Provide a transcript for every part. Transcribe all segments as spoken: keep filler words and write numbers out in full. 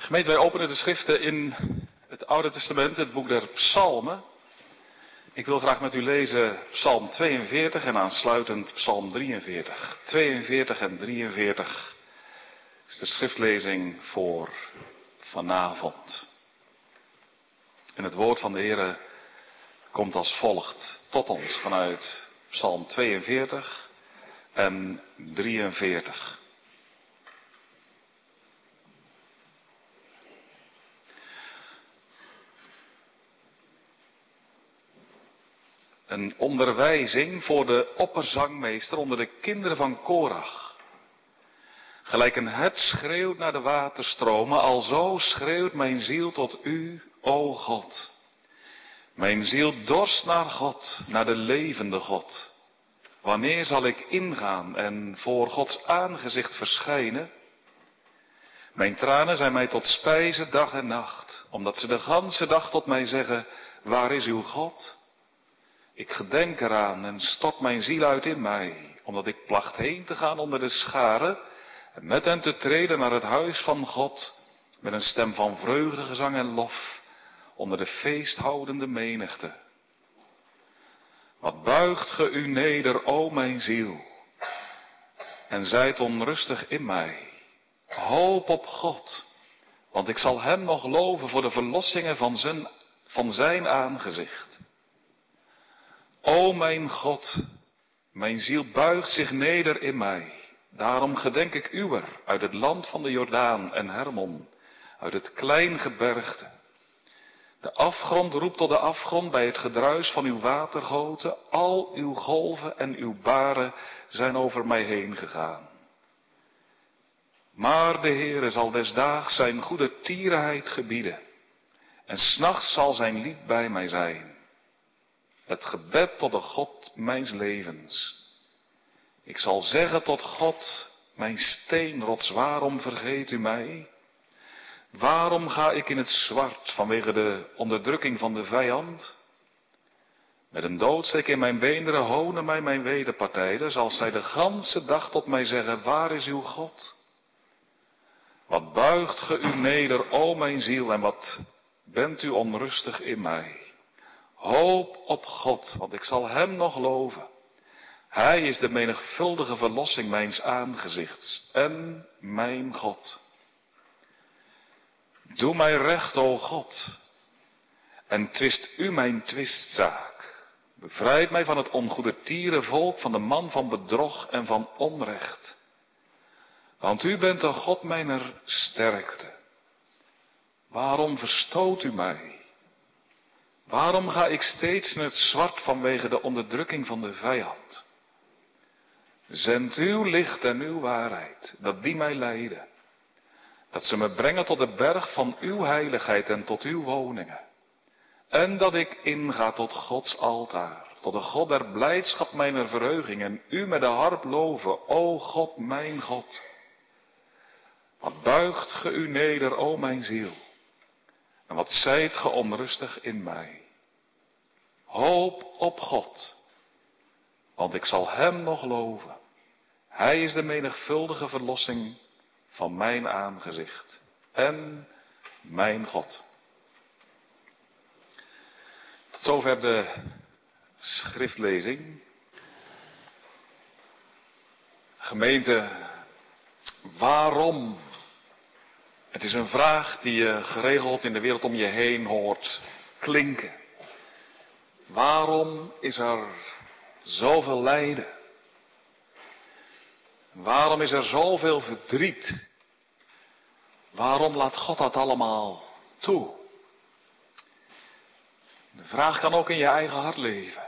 Gemeente, wij openen de schriften in het Oude Testament, het boek der Psalmen. Ik wil graag met u lezen Psalm tweeënveertig en aansluitend Psalm drieënveertig. tweeënveertig en drieënveertig is de schriftlezing voor vanavond. En het woord van de Heere komt als volgt tot ons vanuit Psalm tweeënveertig en drieënveertig. Een onderwijzing voor de opperzangmeester onder de kinderen van Korach. Gelijk een hert schreeuwt naar de waterstromen, alzo schreeuwt mijn ziel tot u, o God. Mijn ziel dorst naar God, naar de levende God. Wanneer zal ik ingaan en voor Gods aangezicht verschijnen? Mijn tranen zijn mij tot spijze dag en nacht, omdat ze de ganse dag tot mij zeggen, waar is uw God? Ik gedenk eraan en stort mijn ziel uit in mij, omdat ik placht heen te gaan onder de scharen en met hen te treden naar het huis van God, met een stem van vreugde, gezang en lof, onder de feesthoudende menigte. Wat buigt ge u neder, o mijn ziel, en zijt onrustig in mij. Hoop op God, want ik zal hem nog loven voor de verlossingen van zijn, van zijn aangezicht. O mijn God, mijn ziel buigt zich neder in mij. Daarom gedenk ik uwer uit het land van de Jordaan en Hermon, uit het kleingebergte. De afgrond roept tot de afgrond bij het gedruis van uw watergoten. Al uw golven en uw baren zijn over mij heen gegaan. Maar de Heere zal desdaags zijn goede tierenheid gebieden. En 's nachts zal zijn lied bij mij zijn. Het gebed tot de God mijns levens. Ik zal zeggen tot God, mijn steenrots, waarom vergeet u mij? Waarom ga ik in het zwart vanwege de onderdrukking van de vijand? Met een doodsteek in mijn beenderen honen mij mijn wederpartijden, zal zij de ganse dag tot mij zeggen, waar is uw God? Wat buigt ge u neder, o mijn ziel, en wat bent u onrustig in mij? Hoop op God, want ik zal hem nog loven. Hij is de menigvuldige verlossing mijns aangezichts en mijn God. Doe mij recht, o God, en twist u mijn twistzaak. Bevrijd mij van het ongoede tierenvolk, van de man van bedrog en van onrecht. Want u bent de God mijner sterkte. Waarom verstoot u mij? Waarom ga ik steeds in het zwart vanwege de onderdrukking van de vijand? Zend uw licht en uw waarheid, dat die mij leiden. Dat ze me brengen tot de berg van uw heiligheid en tot uw woningen. En dat ik inga tot Gods altaar, tot de God der blijdschap mijner verheuging en u met de harp loven, o God, mijn God. Wat buigt ge u neder, o mijn ziel, en wat zijt ge onrustig in mij. Hoop op God, want ik zal hem nog loven. Hij is de menigvuldige verlossing van mijn aangezicht en mijn God. Tot zover de schriftlezing. Gemeente, waarom? Het is een vraag die je geregeld in de wereld om je heen hoort klinken. Waarom is er zoveel lijden? Waarom is er zoveel verdriet? Waarom laat God dat allemaal toe? De vraag kan ook in je eigen hart leven.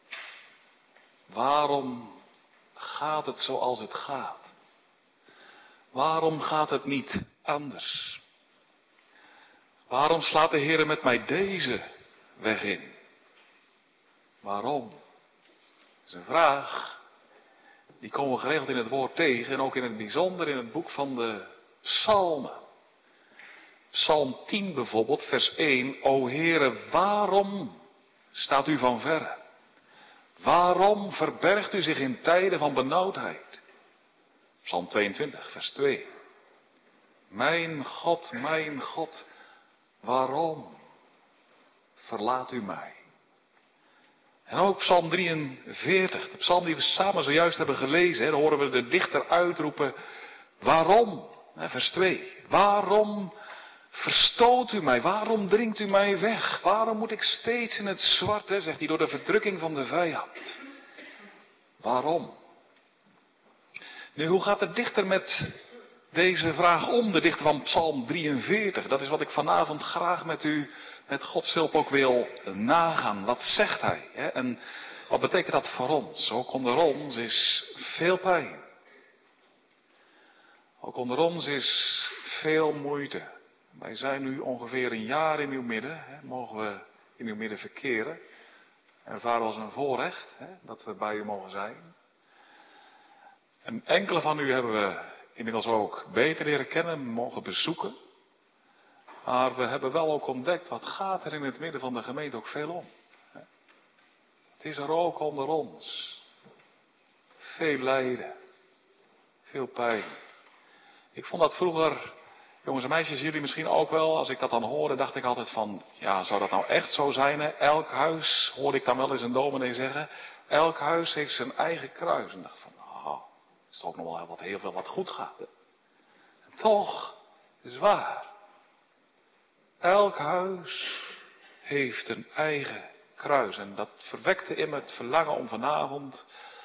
Waarom gaat het zoals het gaat? Waarom gaat het niet anders? Waarom slaat de Heer met mij deze weg in? Waarom? Dat is een vraag. Die komen we geregeld in het woord tegen en ook in het bijzonder in het boek van de Psalmen. Psalm tien bijvoorbeeld, vers één. O Heere, waarom staat u van verre? Waarom verbergt u zich in tijden van benauwdheid? Psalm tweeëntwintig, vers twee. Mijn God, mijn God, waarom verlaat u mij? En ook Psalm drieënveertig, de psalm die we samen zojuist hebben gelezen, hè, daar horen we de dichter uitroepen, waarom? Hè, vers twee, waarom verstoot u mij? Waarom dringt u mij weg? Waarom moet ik steeds in het zwart, hè, zegt hij, door de verdrukking van de vijand? Waarom? Nu, hoe gaat de dichter met deze vraag om, de dichter van Psalm drieënveertig? Dat is wat ik vanavond graag met u, met Gods hulp ook wil nagaan. Wat zegt hij? Hè? En wat betekent dat voor ons? Ook onder ons is veel pijn. Ook onder ons is veel moeite. Wij zijn nu ongeveer een jaar in uw midden. Hè? Mogen we in uw midden verkeren. Ervaren als een voorrecht, hè? Dat we bij u mogen zijn. En enkele van u hebben we inmiddels ook beter leren kennen, mogen bezoeken. Maar we hebben wel ook ontdekt, wat gaat er in het midden van de gemeente ook veel om. Het is er ook onder ons. Veel lijden. Veel pijn. Ik vond dat vroeger, jongens en meisjes, jullie misschien ook wel, als ik dat dan hoorde, dacht ik altijd van, ja, zou dat nou echt zo zijn? Hè? Elk huis, hoorde ik dan wel eens een dominee zeggen, elk huis heeft zijn eigen kruis. En dacht van, oh, het is toch ook nog wel wat, heel veel wat goed gaat. Hè? En toch, het is waar. Elk huis heeft een eigen kruis. En dat verwekte in me het verlangen om vanavond,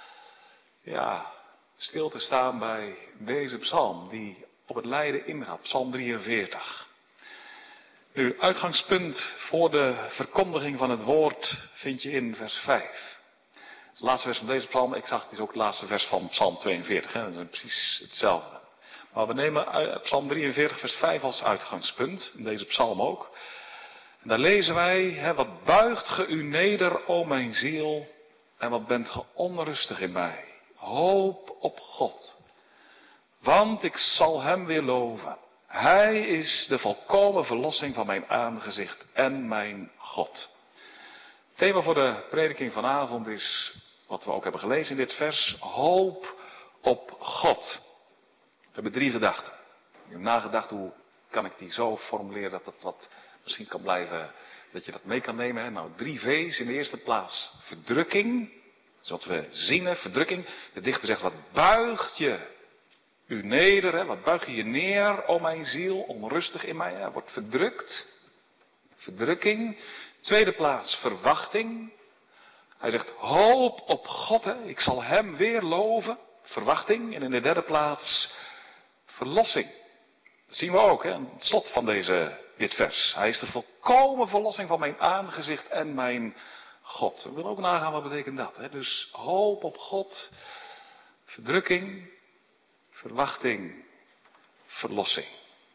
ja, stil te staan bij deze psalm die op het lijden ingaat. Psalm drieënveertig. Nu, uitgangspunt voor de verkondiging van het woord vind je in vers vijf. Het is het laatste vers van deze psalm. Ik zag, het is ook het laatste vers van psalm tweeënveertig. Hè? Dat is precies hetzelfde. Maar we nemen psalm drieënveertig vers vijf als uitgangspunt. In deze psalm ook. En daar lezen wij, hè, wat buigt ge u neder, o mijn ziel, en wat bent ge onrustig in mij. Hoop op God, want ik zal hem weer loven. Hij is de volkomen verlossing van mijn aangezicht en mijn God. Het thema voor de prediking vanavond is, wat we ook hebben gelezen in dit vers, hoop op God. We hebben drie gedachten. Ik heb nagedacht, hoe kan ik die zo formuleren dat het wat misschien kan blijven, dat je dat mee kan nemen. Hè? Nou, drie V's. In de eerste plaats verdrukking. Zoals we zien, verdrukking. De dichter zegt, wat buigt je u neder, hè? Wat buig je je neer, o mijn ziel, onrustig in mij. Hè? Wordt verdrukt. Verdrukking. Tweede plaats verwachting. Hij zegt, hoop op God, hè? Ik zal hem weer loven. Verwachting. En in de derde plaats verlossing. Dat zien we ook, hè? Aan het slot van deze, dit vers. Hij is de volkomen verlossing van mijn aangezicht en mijn God. We willen ook nagaan, wat betekent dat? Hè? Dus hoop op God, verdrukking, verwachting, verlossing.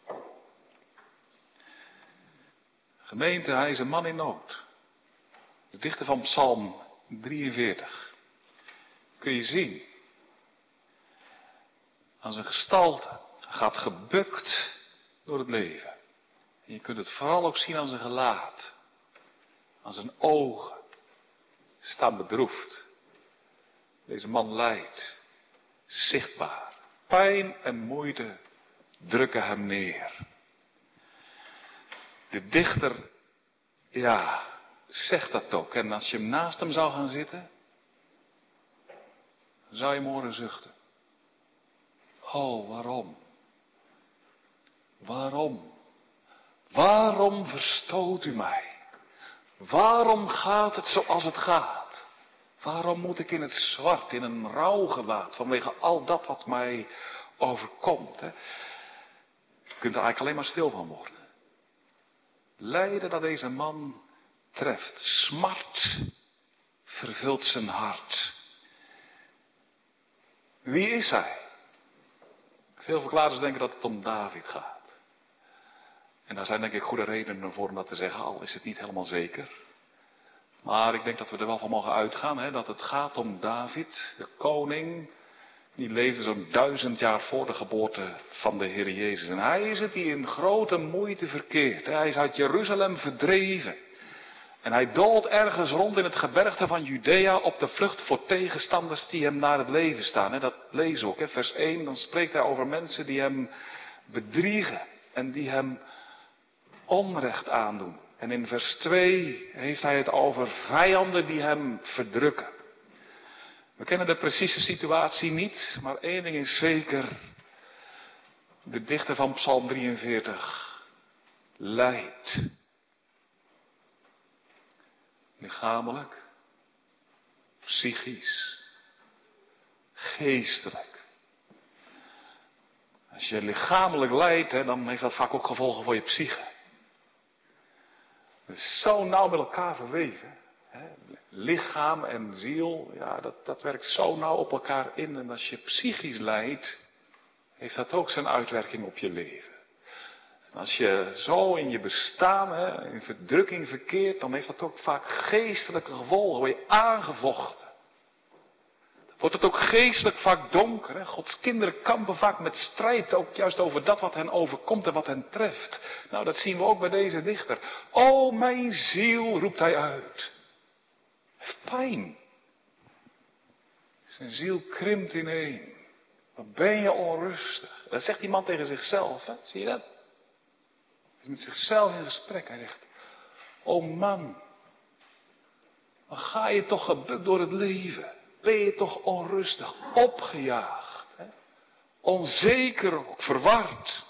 Gemeente, hij is een man in nood. De dichter van Psalm drieënveertig. Kun je zien. Aan zijn gestalte. Hij gaat gebukt door het leven. En je kunt het vooral ook zien aan zijn gelaat. Aan zijn ogen. Staan bedroefd. Deze man lijdt. Zichtbaar. Pijn en moeite drukken hem neer. De dichter, ja, zegt dat ook. En als je hem naast hem zou gaan zitten, zou je hem horen zuchten. Oh, waarom? Waarom? Waarom verstoot u mij? Waarom gaat het zoals het gaat? Waarom moet ik in het zwart, in een rouwgewaad, vanwege al dat wat mij overkomt? Hè? Je kunt er eigenlijk alleen maar stil van worden. Lijden dat deze man treft, smart vervult zijn hart. Wie is hij? Veel verklaarders denken dat het om David gaat. En daar zijn denk ik goede redenen voor om dat te zeggen, al is het niet helemaal zeker. Maar ik denk dat we er wel van mogen uitgaan, hè, dat het gaat om David, de koning. Die leefde zo'n duizend jaar voor de geboorte van de Heer Jezus. En hij is het die in grote moeite verkeert. Hij is uit Jeruzalem verdreven. En hij doolt ergens rond in het gebergte van Judea op de vlucht voor tegenstanders die hem naar het leven staan. Dat lezen we ook, hè? Vers één, dan spreekt hij over mensen die hem bedriegen en die hem onrecht aandoen. En in vers twee heeft hij het over vijanden die hem verdrukken. We kennen de precieze situatie niet, maar één ding is zeker. De dichter van Psalm drieënveertig lijdt. Lichamelijk, psychisch, geestelijk. Als je lichamelijk lijdt, hè, dan heeft dat vaak ook gevolgen voor je psyche. Het is zo nauw met elkaar verweven. Hè. Lichaam en ziel, ja, dat, dat werkt zo nauw op elkaar in. En als je psychisch lijdt, heeft dat ook zijn uitwerking op je leven. En als je zo in je bestaan, hè, in verdrukking verkeert, dan heeft dat ook vaak geestelijke gevolgen. Word je aangevochten. Wordt het ook geestelijk vaak donker. Hè? Gods kinderen kampen vaak met strijd, ook juist over dat wat hen overkomt en wat hen treft. Nou, dat zien we ook bij deze dichter. O, mijn ziel, roept hij uit. Hij heeft pijn. Zijn ziel krimpt ineen. Wat ben je onrustig. Dat zegt die man tegen zichzelf, hè? Zie je dat? Hij is met zichzelf in gesprek. Hij zegt, o man, wat ga je toch gebukt door het leven? Ben je toch onrustig, opgejaagd, hè? Onzeker ook, verward.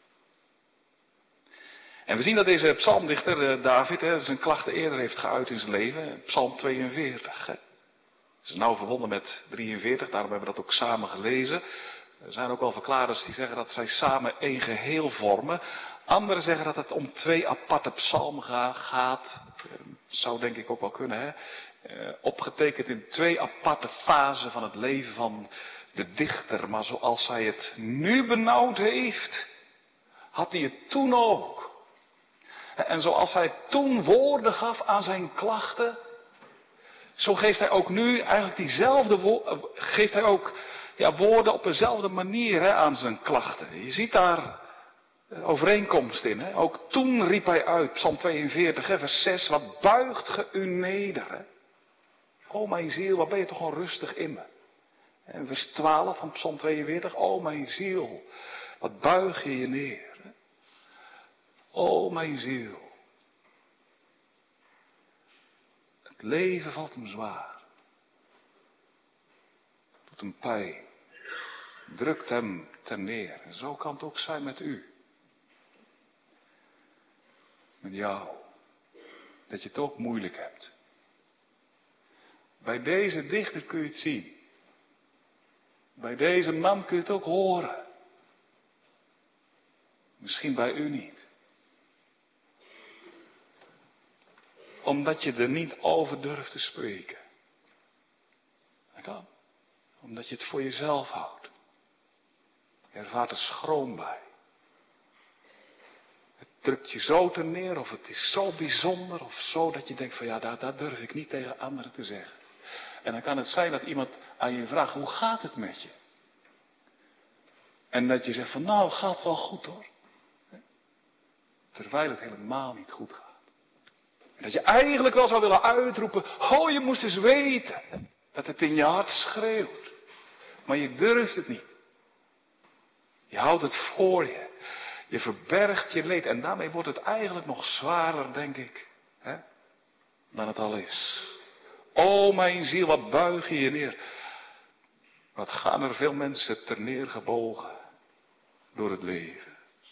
En we zien dat deze psalmdichter, David, hè, zijn klachten eerder heeft geuit in zijn leven. Psalm tweeënveertig. Hè. Dat is nauw verbonden met drieënveertig, daarom hebben we dat ook samen gelezen. Er zijn ook wel verklaarders die zeggen dat zij samen één geheel vormen. Anderen zeggen dat het om twee aparte psalmen gaat. Zou denk ik ook wel kunnen, hè. Uh, opgetekend in twee aparte fasen van het leven van de dichter. Maar zoals hij het nu benauwd heeft, had hij het toen ook. En zoals hij toen woorden gaf aan zijn klachten, zo geeft hij ook nu eigenlijk diezelfde wo- geeft hij ook ja, woorden op dezelfde manier, hè, aan zijn klachten. Je ziet daar overeenkomst in. Hè. Ook toen riep hij uit, Psalm tweeënveertig, hè, vers zes, wat buigt ge u neder, hè? O mijn ziel, wat ben je toch onrustig in me. En vers twaalf van Psalm tweeënveertig. O mijn ziel, wat buig je je neer. Hè? O mijn ziel. Het leven valt hem zwaar. Doet hem pijn. Drukt hem ten neer. En zo kan het ook zijn met u. Met jou. Dat je het ook moeilijk hebt. Bij deze dichter kun je het zien. Bij deze man kun je het ook horen. Misschien bij u niet. Omdat je er niet over durft te spreken. Dat kan. Omdat je het voor jezelf houdt. Je ervaart er schroom bij. Het drukt je zo ten neer of het is zo bijzonder of zo dat je denkt van ja, dat, dat durf ik niet tegen anderen te zeggen. En dan kan het zijn dat iemand aan je vraagt, hoe gaat het met je? En dat je zegt van nou, gaat wel goed hoor. Terwijl het helemaal niet goed gaat. En dat je eigenlijk wel zou willen uitroepen, oh je moest eens weten dat het in je hart schreeuwt. Maar je durft het niet. Je houdt het voor je. Je verbergt je leed. En daarmee wordt het eigenlijk nog zwaarder, denk ik, hè, dan het al is. O mijn ziel, wat buig je je neer. Wat gaan er veel mensen ter neergebogen door het leven.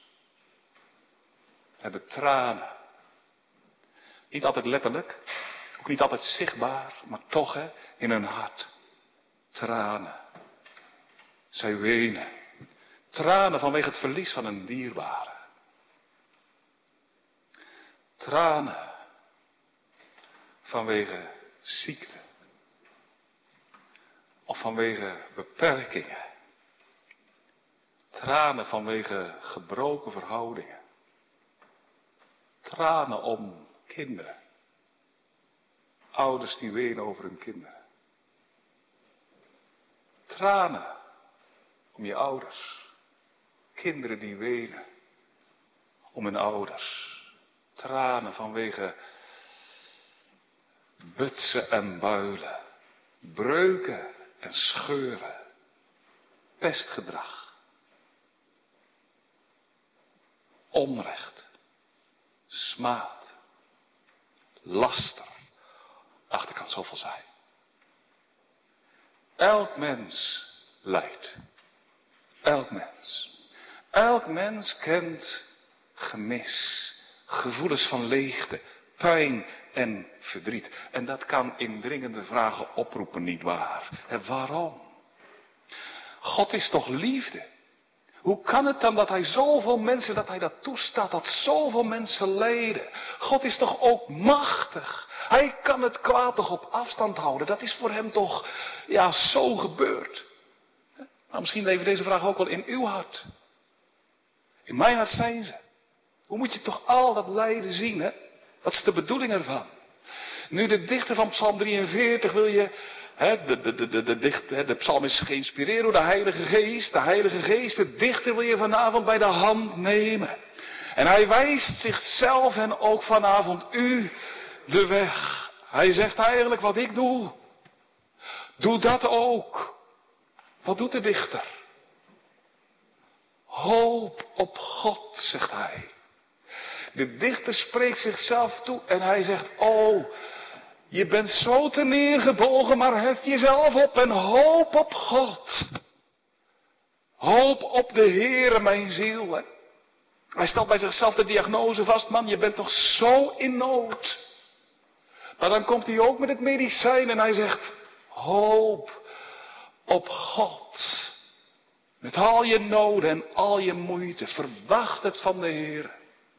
Hebben tranen. Niet altijd letterlijk, ook niet altijd zichtbaar, maar toch hè, in hun hart. Tranen. Zij wenen. Tranen vanwege het verlies van een dierbare. Tranen vanwege ziekte. Of vanwege beperkingen. Tranen vanwege gebroken verhoudingen. Tranen om kinderen. Ouders die wenen over hun kinderen. Tranen om je ouders. Kinderen die wenen om hun ouders. Tranen vanwege butsen en builen. Breuken en scheuren. Pestgedrag. onrecht, smaad, laster. Ach, er kan zoveel zijn. Elk mens lijdt. Elk mens. Elk mens kent gemis, gevoelens van leegte, pijn en verdriet. En dat kan indringende vragen oproepen, nietwaar? En waarom? God is toch liefde? Hoe kan het dan dat hij zoveel mensen, dat hij dat toestaat, dat zoveel mensen lijden? God is toch ook machtig? Hij kan het kwaad toch op afstand houden? Dat is voor hem toch, ja, zo gebeurd. Maar misschien leven deze vragen ook wel in uw hart. In mijn hart zijn ze. Hoe moet je toch al dat lijden zien, hè? Wat is de bedoeling ervan? Nu de dichter van Psalm drieënveertig wil je, hè, de, de, de, de, de, dicht, hè, de psalm is geïnspireerd door de Heilige Geest. De Heilige Geest, de dichter wil je vanavond bij de hand nemen. En hij wijst zichzelf en ook vanavond u de weg. Hij zegt eigenlijk wat ik doe. Doe dat ook. Wat doet de dichter? Hoop op God, zegt hij. De dichter spreekt zichzelf toe en hij zegt, oh, je bent zo te neergebogen, maar hef jezelf op en hoop op God. Hoop op de Heere, mijn ziel. Hè? Hij stelt bij zichzelf de diagnose vast, man, je bent toch zo in nood. Maar dan komt hij ook met het medicijn en hij zegt, hoop op God. Met al je noden en al je moeite, verwacht het van de Heer.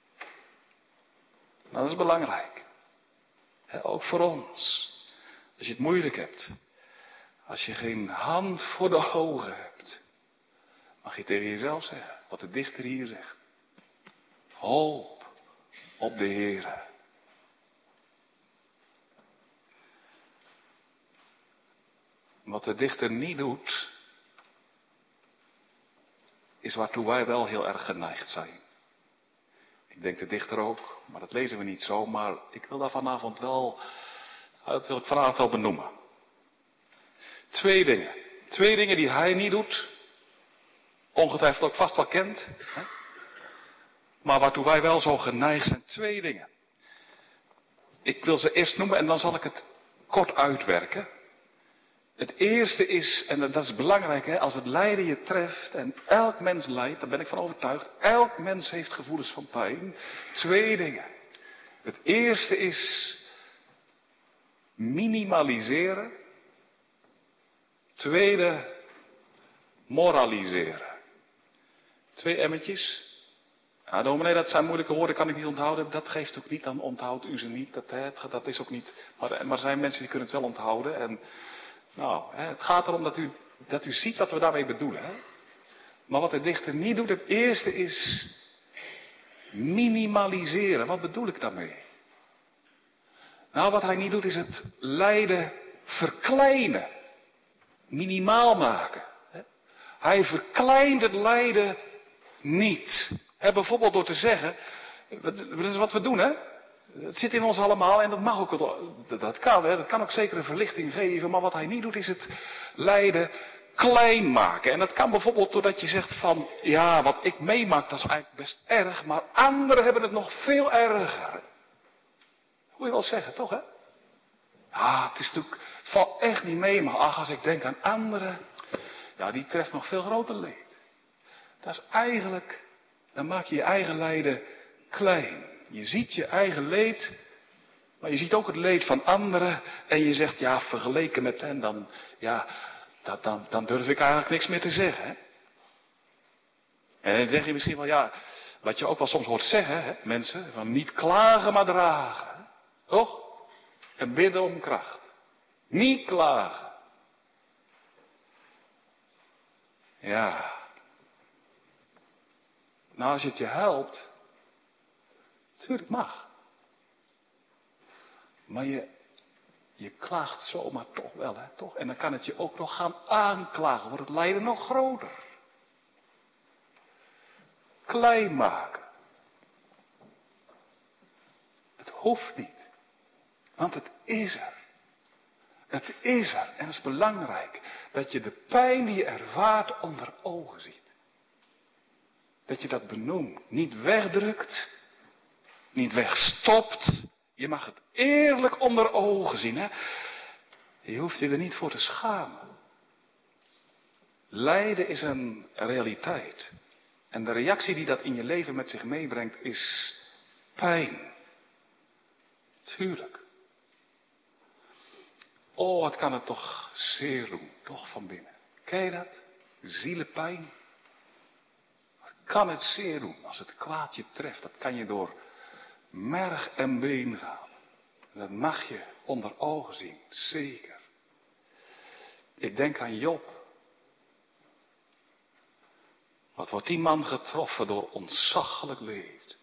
Nou, dat is belangrijk. He, ook voor ons. Als je het moeilijk hebt. Als je geen hand voor de ogen hebt. Mag je tegen jezelf zeggen, wat de dichter hier zegt. Hoop op de Heer. Wat de dichter niet doet, is waartoe wij wel heel erg geneigd zijn. Ik denk de dichter ook, maar dat lezen we niet zo. Maar ik wil daar vanavond wel, dat wil ik vanavond wel benoemen. Twee dingen. Twee dingen die hij niet doet. Ongetwijfeld ook vast wel kent. Hè? Maar waartoe wij wel zo geneigd zijn. Twee dingen. Ik wil ze eerst noemen en dan zal ik het kort uitwerken. Het eerste is, en dat is belangrijk, hè, als het lijden je treft, en elk mens lijdt, daar ben ik van overtuigd, elk mens heeft gevoelens van pijn. Twee dingen. Het eerste is minimaliseren. Tweede, moraliseren. Twee emmetjes. Ja, dominee, dat zijn moeilijke woorden, kan ik niet onthouden. Dat geeft ook niet, dan onthoudt u ze niet. Dat, hè, dat is ook niet. Maar, maar er zijn mensen die kunnen het wel onthouden. En nou, het gaat erom dat u, dat u ziet wat we daarmee bedoelen. Hè? Maar wat de dichter niet doet, het eerste is minimaliseren. Wat bedoel ik daarmee? Nou, wat hij niet doet is het lijden verkleinen. Minimaal maken. Hè? Hij verkleint het lijden niet. Hè, bijvoorbeeld door te zeggen, dat is wat we doen, hè? Het zit in ons allemaal en dat mag ook, dat kan, hè, dat kan ook zeker een verlichting geven. Maar wat hij niet doet is het lijden klein maken. En dat kan bijvoorbeeld doordat je zegt van, ja, wat ik meemaak dat is eigenlijk best erg. Maar anderen hebben het nog veel erger. Hoe je wel zeggen, toch hè? Ah, het is natuurlijk, het valt echt niet mee. Maar ach, als ik denk aan anderen, ja, die treft nog veel groter leed. Dat is eigenlijk, dan maak je je eigen lijden klein. Je ziet je eigen leed, maar je ziet ook het leed van anderen. En je zegt, ja, vergeleken met hen, dan, ja, dat, dan, dan durf ik eigenlijk niks meer te zeggen. Hè? En dan zeg je misschien wel, ja, wat je ook wel soms hoort zeggen, hè, mensen, van niet klagen maar dragen. Hè? Toch? En bidden om kracht. Niet klagen. Ja. Nou, als je het je helpt, natuurlijk mag. Maar je, je klaagt zomaar toch wel, hè, toch? En dan kan het je ook nog gaan aanklagen, wordt het lijden nog groter. Klein maken. Het hoeft niet. Want het is er. Het is er. En het is belangrijk dat je de pijn die je ervaart onder ogen ziet. Dat je dat benoemt. Niet wegdrukt. Niet wegstopt. Je mag het eerlijk onder ogen zien. Hè? Je hoeft je er niet voor te schamen. Lijden is een realiteit. En de reactie die dat in je leven met zich meebrengt is pijn. Tuurlijk. Oh, wat kan het toch zeer doen. Toch van binnen. Ken je dat? Zielepijn. Wat kan het zeer doen als het kwaad je treft. Dat kan je door merg en been gaan. Dat mag je onder ogen zien. Zeker. Ik denk aan Job. Wat wordt die man getroffen door ontzaglijk leed.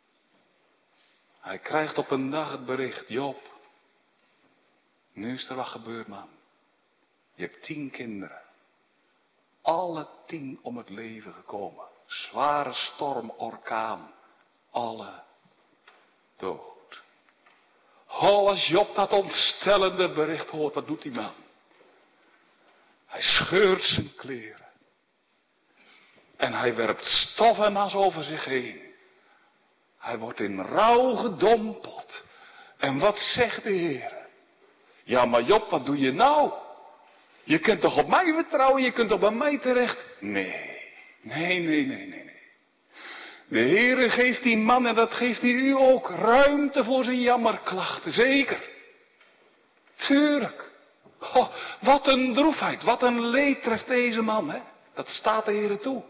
Hij krijgt op een dag het bericht. Job. Nu is er wat gebeurd, man. Je hebt tien kinderen. Alle tien om het leven gekomen. Zware storm, orkaan. Alle dood. Oh, als Job dat ontstellende bericht hoort, wat doet die man? Hij scheurt zijn kleren. En hij werpt stof en as over zich heen. Hij wordt in rouw gedompeld. En wat zegt de Heer? Ja, maar Job, wat doe je nou? Je kunt toch op mij vertrouwen, je kunt toch bij mij terecht? Nee, nee, nee, nee, nee, nee. De Heere geeft die man, en dat geeft hij u ook, ruimte voor zijn jammerklachten, zeker. Tuurlijk. Oh, wat een droefheid, wat een leed treft deze man, hè? Dat staat de Heere toe.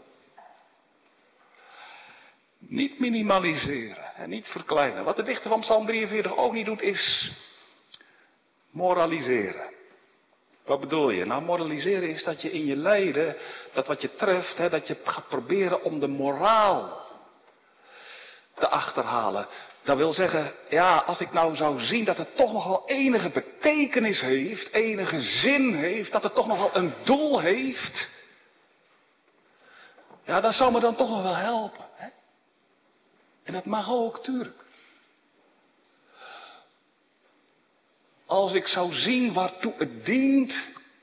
Niet minimaliseren en niet verkleinen. Wat de dichter van Psalm drieënveertig ook niet doet, is moraliseren. Wat bedoel je? Nou, moraliseren is dat je in je lijden, dat wat je treft, hè, dat je gaat proberen om de moraal te achterhalen. Dat wil zeggen, ja, als ik nou zou zien dat het toch nog wel enige betekenis heeft, enige zin heeft, dat het toch nog wel een doel heeft. Ja, dat zou me dan toch nog wel helpen. Hè? En dat mag ook, tuurlijk. Als ik zou zien waartoe het dient,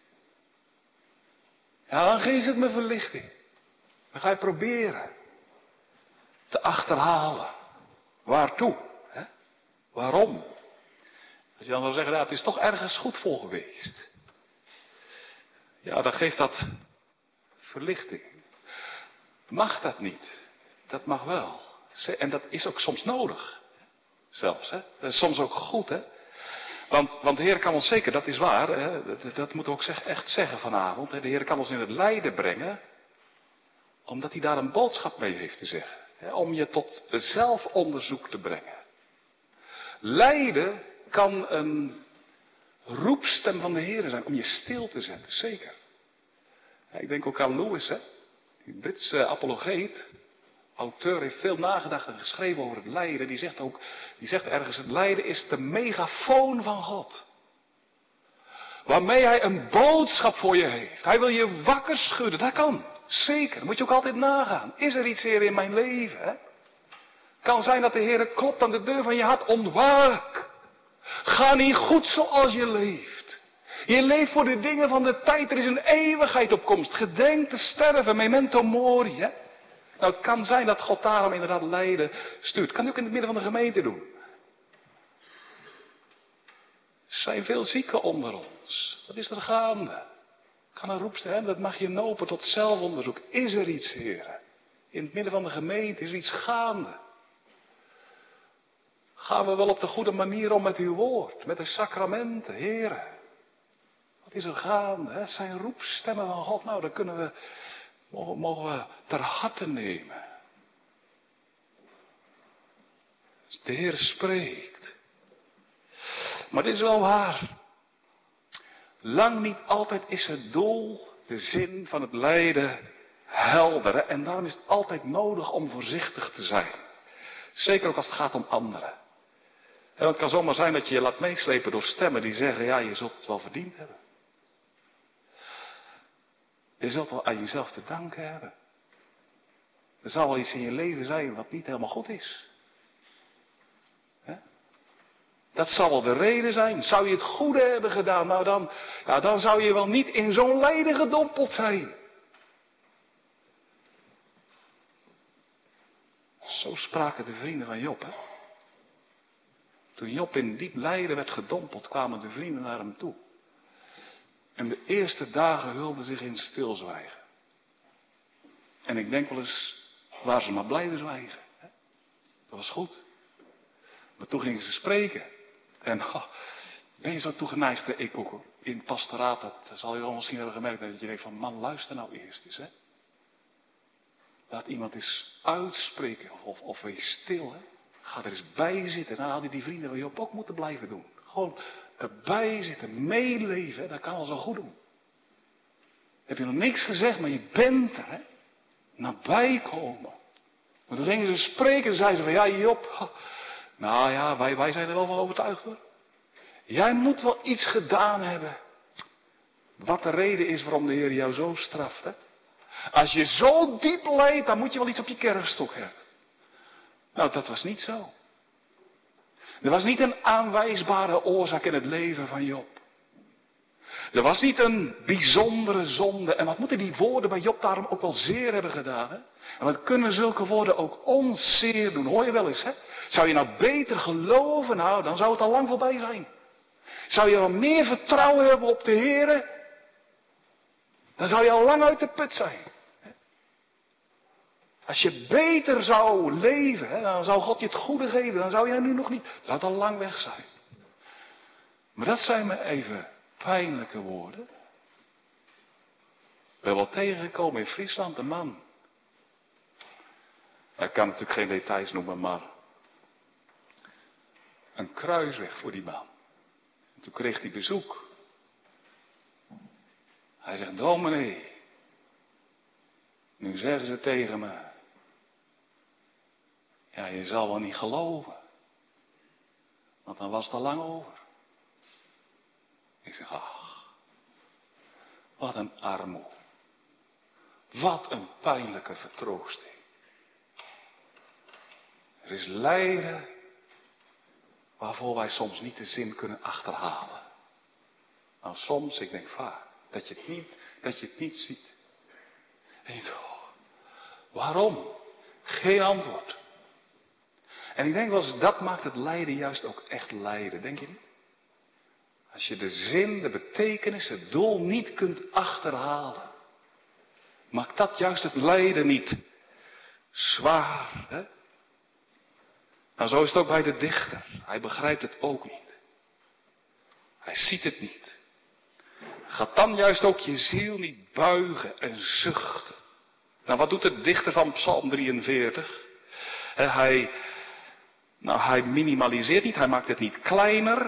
ja, dan geeft het me verlichting. Dan ga je proberen te achterhalen. Waartoe? Hè? Waarom? Als je dan zou zeggen, ja, het is toch ergens goed voor geweest. Ja, dan geeft dat verlichting. Mag dat niet? Dat mag wel. En dat is ook soms nodig. Zelfs, hè? Dat is soms ook goed, hè? Want, want de Heer kan ons zeker, dat is waar, hè? Dat, dat moeten we ook zeg, echt zeggen vanavond. Hè? De Heer kan ons in het lijden brengen, omdat hij daar een boodschap mee heeft te zeggen. Hè? Om je tot zelfonderzoek te brengen. Lijden kan een roepstem van de Heer zijn, om je stil te zetten, zeker. Ja, ik denk ook aan Lewis, hè? Die Britse apologeet. Auteur heeft veel nagedacht en geschreven over het lijden. Die zegt ook, die zegt ergens, het lijden is de megafoon van God. Waarmee hij een boodschap voor je heeft. Hij wil je wakker schudden, dat kan. Zeker, dat moet je ook altijd nagaan. Is er iets, Heer, in mijn leven? Hè? Kan zijn dat de Heer klopt aan de deur van je hart. Ontwaak. Ga niet goed zoals je leeft. Je leeft voor de dingen van de tijd. Er is een eeuwigheid op komst. Gedenk te sterven, memento mori. Hè? Nou, het kan zijn dat God daarom inderdaad lijden stuurt. Kan hij ook in het midden van de gemeente doen. Er zijn veel zieken onder ons. Wat is er gaande? Ga naar roepstem, dat mag je nopen tot zelfonderzoek. Is er iets, heren? In het midden van de gemeente is er iets gaande. Gaan we wel op de goede manier om met uw woord, met de sacramenten, heren? Wat is er gaande? Het zijn roepstemmen van God. Nou, dan kunnen we... Mogen, mogen we ter harte nemen. Als de Heer spreekt. Maar dit is wel waar. Lang niet altijd is het doel, de zin van het lijden helder. Hè? En daarom is het altijd nodig om voorzichtig te zijn. Zeker ook als het gaat om anderen. En het kan zomaar zijn dat je je laat meeslepen door stemmen die zeggen, ja, je zult het wel verdiend hebben. Je zult wel aan jezelf te danken hebben. Er zal wel iets in je leven zijn wat niet helemaal goed is. He? Dat zal wel de reden zijn. Zou je het goede hebben gedaan, nou dan, ja, dan zou je wel niet in zo'n lijden gedompeld zijn. Zo spraken de vrienden van Job, hè. Toen Job in diep lijden werd gedompeld, kwamen de vrienden naar hem toe. En de eerste dagen hulden zich in stilzwijgen. En ik denk wel eens, waar ze maar blijven zwijgen. Hè? Dat was goed. Maar toen gingen ze spreken. En oh, ben je zo toegeneigd, hè? Ik ook in het pastoraat, dat zal je al misschien hebben gemerkt, dat je denkt van, man, luister nou eerst eens, hè. Laat iemand eens uitspreken, of, of wees stil, hè. Ga er eens bij zitten. Dan hadden die vrienden van Job ook moeten blijven doen. Gewoon erbij zitten, meeleven, hè. Dat kan al zo goed doen. Heb je nog niks gezegd, maar je bent er, hè. Nabij komen. Maar toen gingen ze spreken en zeiden ze van, ja Job, nou ja, wij, wij zijn er wel van overtuigd hoor. Jij moet wel iets gedaan hebben. Wat de reden is waarom de Heer jou zo straft, hè. Als je zo diep lijdt, dan moet je wel iets op je kerfstok hebben. Nou, dat was niet zo. Er was niet een aanwijsbare oorzaak in het leven van Job. Er was niet een bijzondere zonde. En wat moeten die woorden bij Job daarom ook wel zeer hebben gedaan, hè? En wat kunnen zulke woorden ook ons zeer doen? Hoor je wel eens, hè? Zou je nou beter geloven? Nou, dan zou het al lang voorbij zijn. Zou je wel meer vertrouwen hebben op de Heer? Dan zou je al lang uit de put zijn. Als je beter zou leven, hè, dan zou God je het goede geven. Dan zou je er nu nog niet. Dan zou het al lang weg zijn. Maar dat zijn me even pijnlijke woorden. We hebben wel tegengekomen in Friesland een man. Ik kan natuurlijk geen details noemen, maar een kruisweg voor die man. En toen kreeg hij bezoek. Hij zegt, dominee, nu zeggen ze tegen me, ja, je zal wel niet geloven, want dan was het al lang over. Ik zeg, ach, wat een armoede, wat een pijnlijke vertroosting. Er is lijden waarvoor wij soms niet de zin kunnen achterhalen. Nou, soms, ik denk vaak, dat je het niet, dat je het niet ziet. En je denkt, oh, waarom? Geen antwoord. En ik denk wel eens, dat maakt het lijden juist ook echt lijden, denk je niet? Als je de zin, de betekenis, het doel niet kunt achterhalen, maakt dat juist het lijden niet zwaar, hè? Nou, zo is het ook bij de dichter. Hij begrijpt het ook niet. Hij ziet het niet. Gaat dan juist ook je ziel niet buigen en zuchten. Nou, wat doet de dichter van Psalm drieënveertig? He, hij, nou, hij minimaliseert niet, hij maakt het niet kleiner.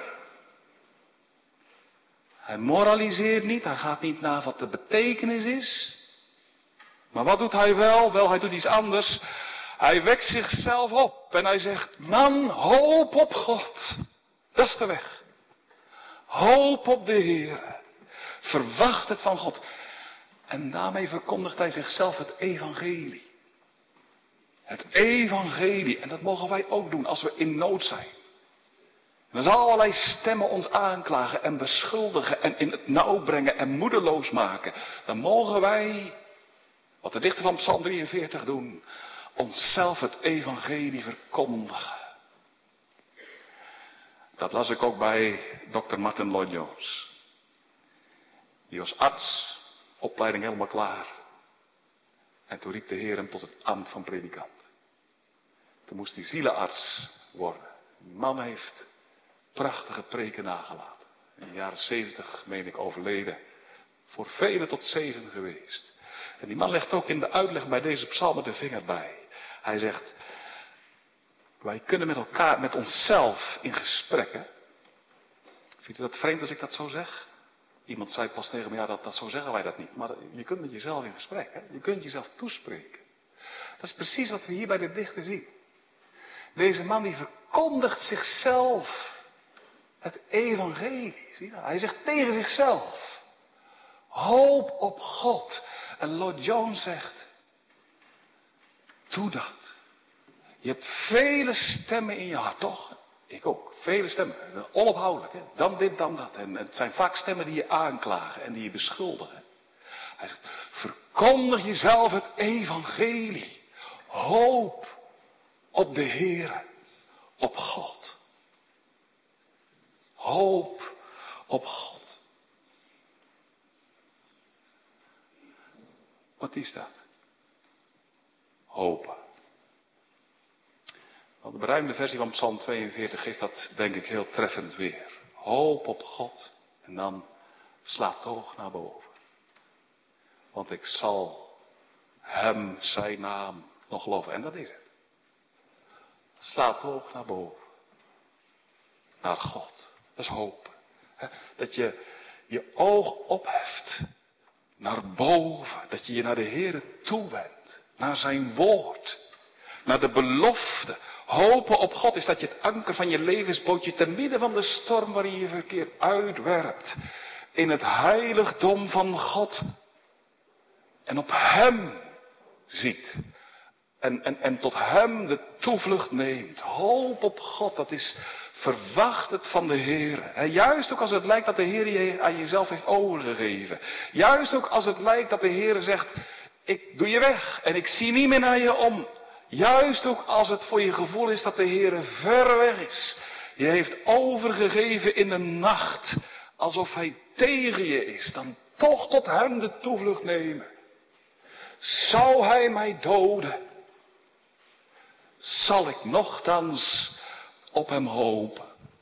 Hij moraliseert niet, hij gaat niet naar wat de betekenis is. Maar wat doet hij wel? Wel, hij doet iets anders. Hij wekt zichzelf op en hij zegt, man, hoop op God. Dat is de weg. Hoop op de Heer. Verwacht het van God. En daarmee verkondigt hij zichzelf het evangelie. Het evangelie. En dat mogen wij ook doen als we in nood zijn. En als allerlei stemmen ons aanklagen en beschuldigen en in het nauw brengen en moedeloos maken. Dan mogen wij, wat de dichter van Psalm drieënveertig doen, onszelf het evangelie verkondigen. Dat las ik ook bij dokter Martin Lloyd-Jones. Die was arts, opleiding helemaal klaar. En toen riep de Heer hem tot het ambt van predikant. Toen moest hij zielenarts worden. Die man heeft prachtige preken nagelaten. In de jaren zeventig, meen ik, overleden. Voor velen tot zegen geweest. En die man legt ook in de uitleg bij deze psalmen de vinger bij. Hij zegt, wij kunnen met elkaar, met onszelf in gesprek. Hè? Vindt u dat vreemd als ik dat zo zeg? Iemand zei pas tegen me, ja, dat, dat zo zeggen wij dat niet. Maar je kunt met jezelf in gesprek. Hè? Je kunt jezelf toespreken. Dat is precies wat we hier bij de dichter zien. Deze man die verkondigt zichzelf het evangelie. Zie je? Hij zegt tegen zichzelf, hoop op God. En Lloyd-Jones zegt, doe dat. Je hebt vele stemmen in je hart, toch? Ik ook. Vele stemmen. Onophoudelijk. Hè? Dan dit, dan dat. En het zijn vaak stemmen die je aanklagen en die je beschuldigen. Hij zegt, verkondig jezelf het evangelie. Hoop op de Heere, op God. Hoop op God. Wat is dat? Hopen. Want de beruimde versie van Psalm tweeënveertig geeft dat denk ik heel treffend weer. Hoop op God en dan slaat hoog naar boven. Want ik zal hem zijn naam nog loven. En dat is het. Slaat hoog naar boven. Naar God. Dat is hopen. Dat je je oog opheft. Naar boven. Dat je je naar de Heere toewendt. Naar zijn woord. Naar de belofte. Hopen op God is dat je het anker van je levensbootje te midden van de storm waarin je verkeer uitwerpt. In het heiligdom van God. En op hem ziet. En, en, en tot hem de toevlucht neemt. Hoop op God, dat is verwacht het van de Heer. He, juist ook als het lijkt dat de Heer je aan jezelf heeft overgegeven. Juist ook als het lijkt dat de Heer zegt, ik doe je weg en ik zie niet meer naar je om. Juist ook als het voor je gevoel is dat de Heer ver weg is. Je heeft overgegeven in de nacht. Alsof hij tegen je is. Dan toch tot hem de toevlucht nemen. Zou hij mij doden? Zal ik nochtans op hem hopen.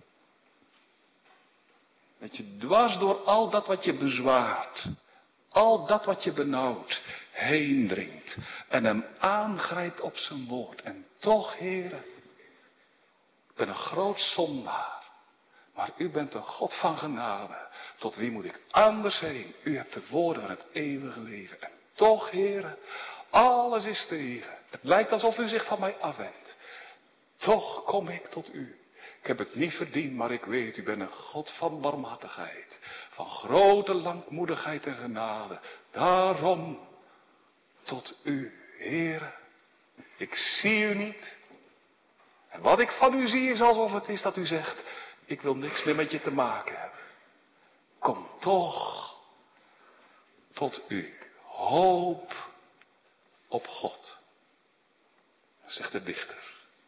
Dat je dwars door al dat wat je bezwaart. Al dat wat je benauwt. Heen dringt. En hem aangrijpt op zijn woord. En toch, Heere. Ik ben een groot zondaar. Maar u bent een God van genade. Tot wie moet ik anders heen? U hebt de woorden van het eeuwige leven. En toch, Heere, alles is tegen. Het lijkt alsof u zich van mij afwendt. Toch kom ik tot u. Ik heb het niet verdiend, maar ik weet, u bent een God van barmhartigheid. Van grote langmoedigheid en genade. Daarom tot u, Heere. Ik zie u niet. En wat ik van u zie is alsof het is dat u zegt, ik wil niks meer met je te maken hebben. Kom toch tot u. Hoop op God. Zegt de dichter.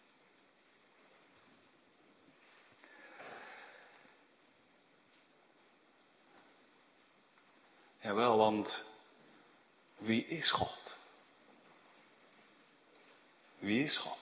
Jawel, want wie is God? Wie is God?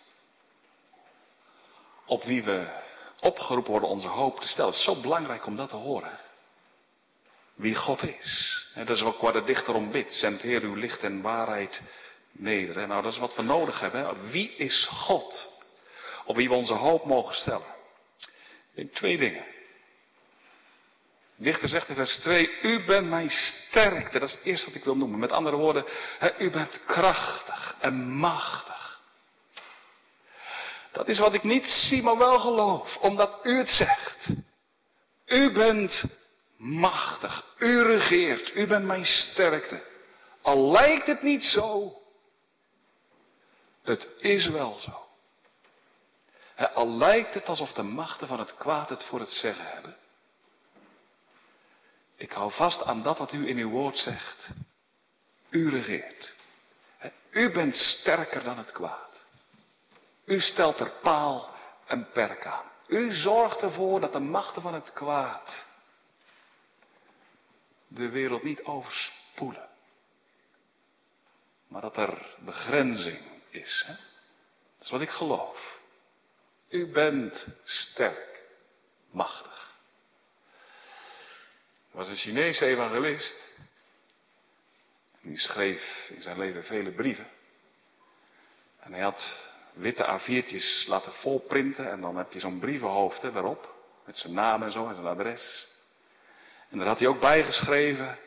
Op wie we opgeroepen worden onze hoop te stellen. Het is zo belangrijk om dat te horen. Wie God is. En dat is ook waar de dichter om bidt. Zend Heer uw licht en waarheid neder. En nou, dat is wat we nodig hebben. Hè? Wie is God? Op wie we onze hoop mogen stellen. Ik denk twee dingen. De dichter zegt in vers twee. U bent mijn sterkte. Dat is het eerste wat ik wil noemen. Met andere woorden. Hè, u bent krachtig en machtig. Dat is wat ik niet zie, maar wel geloof. Omdat u het zegt. U bent machtig. U regeert. U bent mijn sterkte. Al lijkt het niet zo. Het is wel zo. He, al lijkt het alsof de machten van het kwaad het voor het zeggen hebben. Ik hou vast aan dat wat u in uw woord zegt. U regeert. He, u bent sterker dan het kwaad. U stelt er paal en perk aan. U zorgt ervoor dat de machten van het kwaad de wereld niet overspoelen. Maar dat er begrenzing is. Hè? Dat is wat ik geloof. U bent sterk, machtig. Er was een Chinese evangelist. Die schreef in zijn leven vele brieven. En hij had witte A viertjes laten volprinten. En dan heb je zo'n brievenhoofd hè, daarop. Met zijn naam en zo en zijn adres. En daar had hij ook bijgeschreven.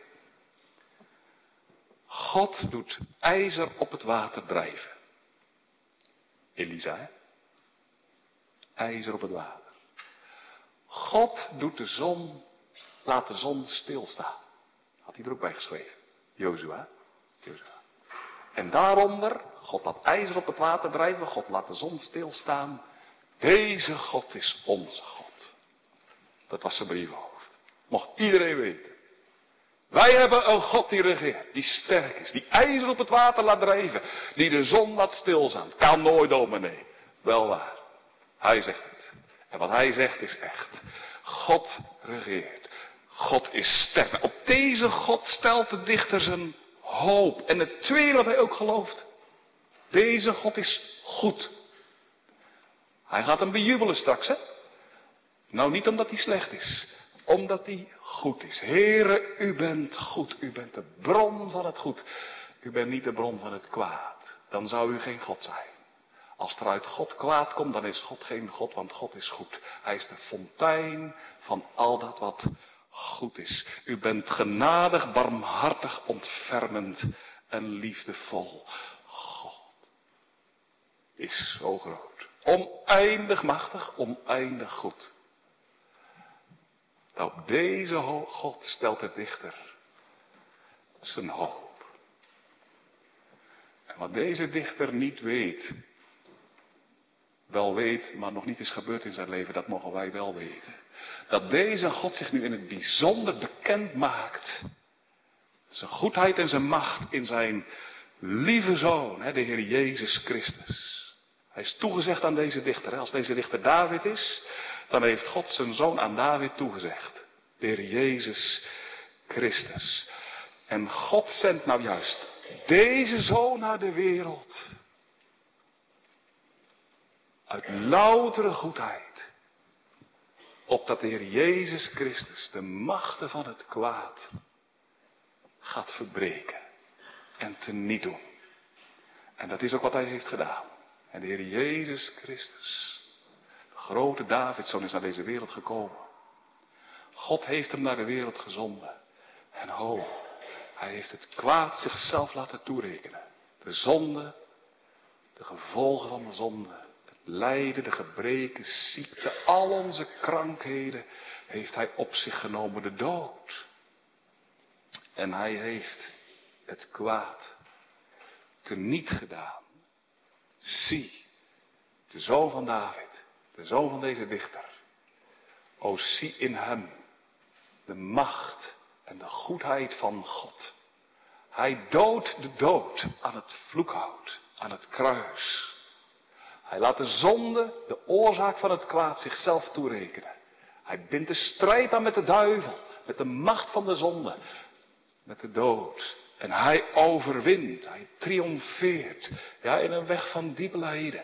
God doet ijzer op het water drijven. Elisa, hè? IJzer op het water. God doet de zon, laat de zon stilstaan. Had hij er ook bij geschreven. Jozua. Jozua. En daaronder, God laat ijzer op het water drijven, God laat de zon stilstaan. Deze God is onze God. Dat was zijn brievenhoofd. Mocht iedereen weten. Wij hebben een God die regeert, die sterk is, die ijzer op het water laat drijven, die de zon laat stilstaan. Kan nooit, dominee. Wel waar. Hij zegt het. En wat hij zegt is echt. God regeert. God is sterk. Op deze God stelt de dichter zijn hoop. En het tweede wat hij ook gelooft. Deze God is goed. Hij gaat hem bejubelen straks, hè? Nou, niet omdat hij slecht is. Omdat hij goed is. Heere, u bent goed. U bent de bron van het goed. U bent niet de bron van het kwaad. Dan zou u geen God zijn. Als er uit God kwaad komt, dan is God geen God, want God is goed. Hij is de fontein van al dat wat goed is. U bent genadig, barmhartig, ontfermend en liefdevol. God is zo groot. Oneindig machtig, oneindig goed. Nou, op deze God stelt de dichter zijn hoop. En wat deze dichter niet weet, wel weet, maar nog niet is gebeurd in zijn leven, dat mogen wij wel weten. Dat deze God zich nu in het bijzonder bekend maakt. Zijn goedheid en zijn macht in zijn lieve Zoon, de Heer Jezus Christus. Hij is toegezegd aan deze dichter. Als deze dichter David is, dan heeft God zijn Zoon aan David toegezegd. De Heer Jezus Christus. En God zendt nou juist deze Zoon naar de wereld. Uit loutere goedheid. Opdat de Heer Jezus Christus de machten van het kwaad gaat verbreken. En teniet doen. En dat is ook wat hij heeft gedaan. En de Heer Jezus Christus, de grote Davidzoon, is naar deze wereld gekomen. God heeft hem naar de wereld gezonden. En ho, hij heeft het kwaad zichzelf laten toerekenen. De zonde, de gevolgen van de zonde, het lijden, de gebreken, ziekte, al onze krankheden heeft hij op zich genomen, de dood. En hij heeft het kwaad teniet gedaan. Zie, de Zoon van David, de Zoon van deze dichter. O, zie in hem de macht en de goedheid van God. Hij doodt de dood aan het vloekhout, aan het kruis. Hij laat de zonde, de oorzaak van het kwaad, zichzelf toerekenen. Hij bindt de strijd aan met de duivel, met de macht van de zonde, met de dood. En hij overwint, hij triomfeert, ja, in een weg van diepe lijden.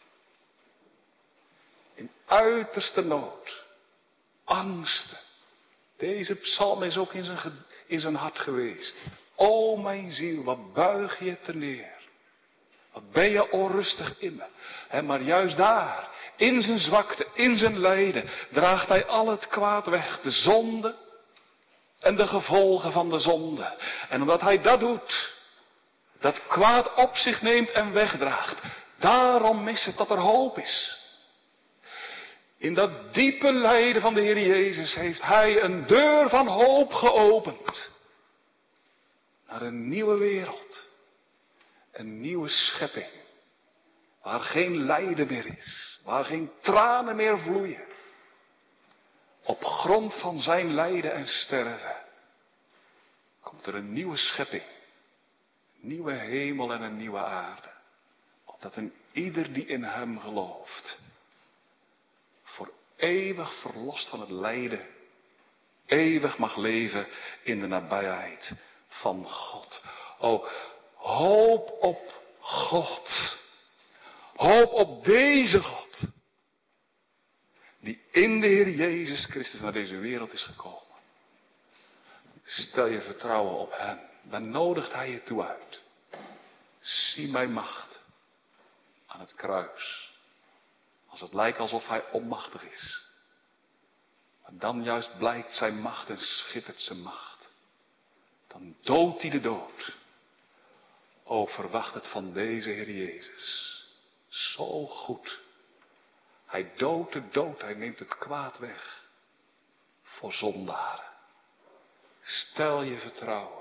In uiterste nood, angsten. Deze psalm is ook in zijn, in zijn hart geweest. O mijn ziel, wat buig je te neer. Wat ben je onrustig in me. He, maar juist daar, in zijn zwakte, in zijn lijden, draagt hij al het kwaad weg. De zonde en de gevolgen van de zonde. En omdat hij dat doet, dat kwaad op zich neemt en wegdraagt, daarom is het dat er hoop is. In dat diepe lijden van de Heer Jezus heeft hij een deur van hoop geopend. Naar een nieuwe wereld. Een nieuwe schepping. Waar geen lijden meer is. Waar geen tranen meer vloeien. Op grond van zijn lijden en sterven. Komt er een nieuwe schepping. Een nieuwe hemel en een nieuwe aarde. Opdat een ieder die in hem gelooft. Voor eeuwig verlost van het lijden. Eeuwig mag leven in de nabijheid van God. O, hoop op God. Hoop op deze God. Die in de Heer Jezus Christus naar deze wereld is gekomen. Stel je vertrouwen op hem. Dan nodigt hij je toe uit. Zie mijn macht aan het kruis. Als het lijkt alsof hij onmachtig is. Maar dan juist blijkt zijn macht en schittert zijn macht. Dan doodt hij de dood. O, verwacht het van deze Heer Jezus. Zo goed. Hij doodt de dood, hij neemt het kwaad weg. Voor zondaren. Stel je vertrouwen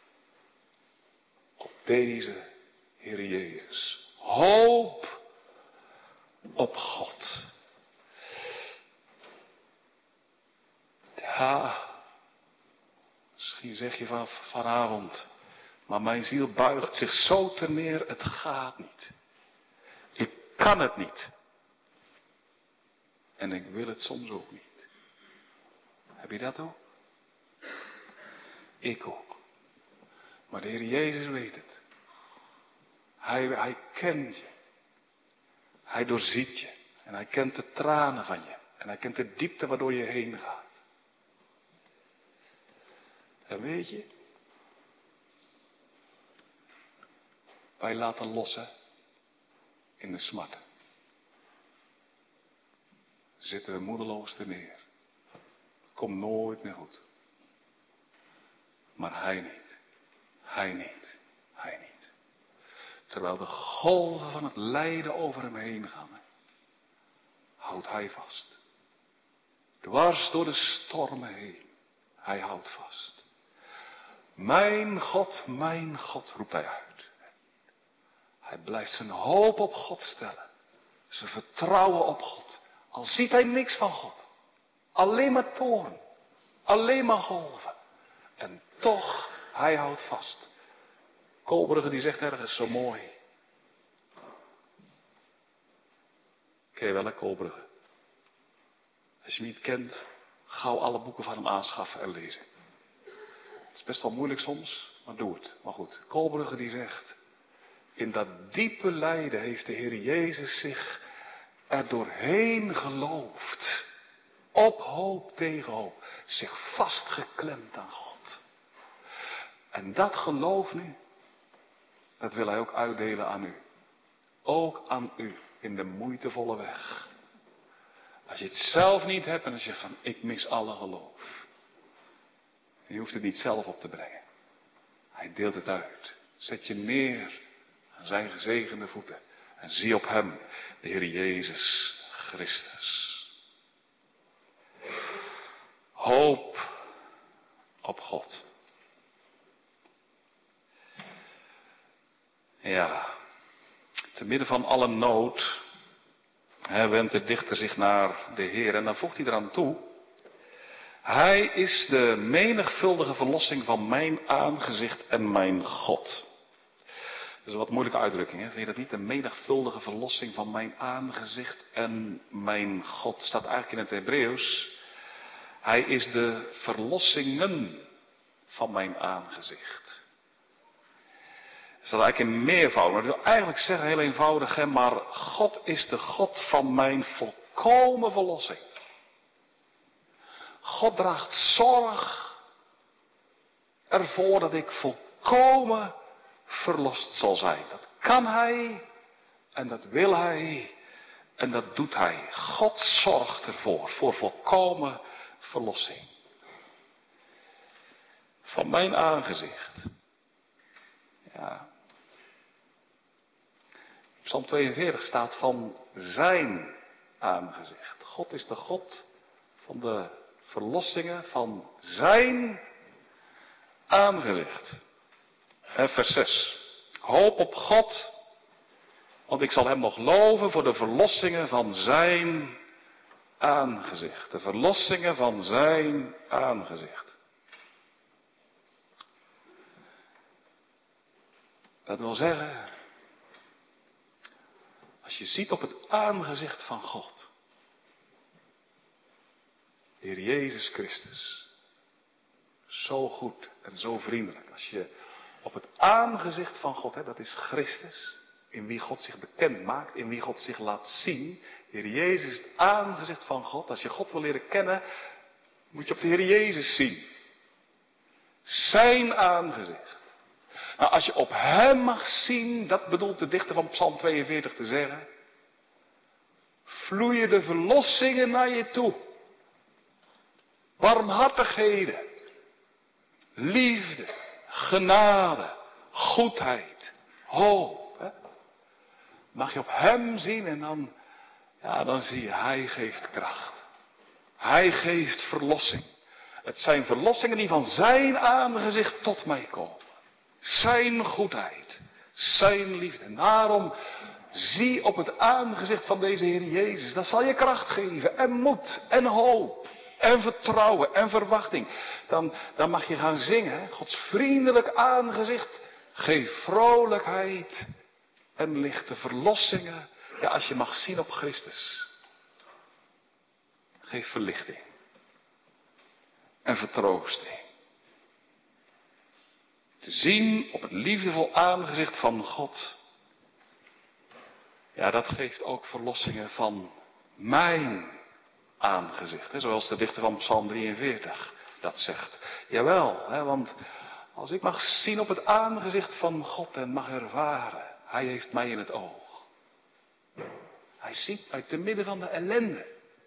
op deze Heer Jezus. Hoop op God. Ja, misschien zeg je van, vanavond, maar mijn ziel buigt zich zo ter neer, het gaat niet. Ik kan het niet. En ik wil het soms ook niet. Heb je dat ook? Ik ook. Maar de Heer Jezus weet het. Hij, hij kent je. Hij doorziet je. En hij kent de tranen van je. En hij kent de diepte waardoor je heen gaat. En weet je, wij laten lossen in de smart. Zitten we moedeloos te neer. Komt nooit meer goed. Maar hij niet. Hij niet. Hij niet. Terwijl de golven van het lijden over hem heen gaan, hè, houdt hij vast. Dwars door de stormen heen. Hij houdt vast. Mijn God, mijn God, roept hij uit. Hij blijft zijn hoop op God stellen. Zijn vertrouwen op God. Al ziet hij niks van God. Alleen maar toorn. Alleen maar golven. En toch, hij houdt vast. Koolbrugge die zegt ergens zo mooi. Ken je wel, hè, Koolbrugge? Als je hem niet kent, gauw alle boeken van hem aanschaffen en lezen. Het is best wel moeilijk soms, maar doe het. Maar goed, Koolbrugge die zegt. In dat diepe lijden heeft de Heer Jezus zich er doorheen geloofd. Op hoop tegen hoop. Zich vastgeklemd aan God. En dat geloof nu, dat wil hij ook uitdelen aan u. Ook aan u in de moeitevolle weg. Als je het zelf niet hebt en als je van ik mis alle geloof. Je hoeft het niet zelf op te brengen. Hij deelt het uit. Zet je neer aan zijn gezegende voeten. En zie op hem, de Heer Jezus Christus. Hoop op God. Ja, te midden van alle nood hè, wendt de dichter zich naar de Heer. En dan voegt hij eraan toe. Hij is de menigvuldige verlossing van mijn aangezicht en mijn God. Dat is een wat moeilijke uitdrukking, hè? Vind je dat niet? De menigvuldige verlossing van mijn aangezicht en mijn God. Staat eigenlijk in het Hebreeuws. Hij is de verlossingen van mijn aangezicht. Dat staat eigenlijk in meervoud. Maar dat wil eigenlijk zeggen, heel eenvoudig, hè? Maar God is de God van mijn volkomen verlossing. God draagt zorg ervoor dat ik volkomen verlost zal zijn. Dat kan hij en dat wil hij en dat doet hij. God zorgt ervoor, voor volkomen verlossing. Van mijn aangezicht. Ja. Psalm tweeënveertig staat van zijn aangezicht. God is de God van de verlossingen van zijn aangezicht. En vers zes. Hoop op God, want ik zal hem nog loven voor de verlossingen van zijn aangezicht. De verlossingen van zijn aangezicht. Dat wil zeggen, als je ziet op het aangezicht van God, de Heer Jezus Christus, zo goed en zo vriendelijk. Als je op het aangezicht van God, hè, dat is Christus, in wie God zich bekend maakt, in wie God zich laat zien. De Heer Jezus is het aangezicht van God. Als je God wil leren kennen, moet je op de Heer Jezus zien. Zijn aangezicht. Nou, als je op hem mag zien, dat bedoelt de dichter van Psalm tweeënveertig te zeggen, vloeien de verlossingen naar je toe. Barmhartigheden, liefde, genade, goedheid, hoop. Hè? Mag je op hem zien en dan, ja, dan zie je, hij geeft kracht. Hij geeft verlossing. Het zijn verlossingen die van zijn aangezicht tot mij komen. Zijn goedheid, zijn liefde. En daarom zie op het aangezicht van deze Heer Jezus. Dat zal je kracht geven en moed en hoop. En vertrouwen en verwachting. Dan, dan mag je gaan zingen. Hè? Gods vriendelijk aangezicht. Geef vrolijkheid. En lichte verlossingen. Ja, als je mag zien op Christus. geeft verlichting. En vertroosting. Te zien op het liefdevol aangezicht van God. Ja, dat geeft ook verlossingen van mijn aangezicht. Hè? Zoals de dichter van Psalm drieënveertig dat zegt. Jawel, hè, want als ik mag zien op het aangezicht van God en mag ervaren. Hij heeft mij in het oog. Hij ziet mij te midden van de ellende.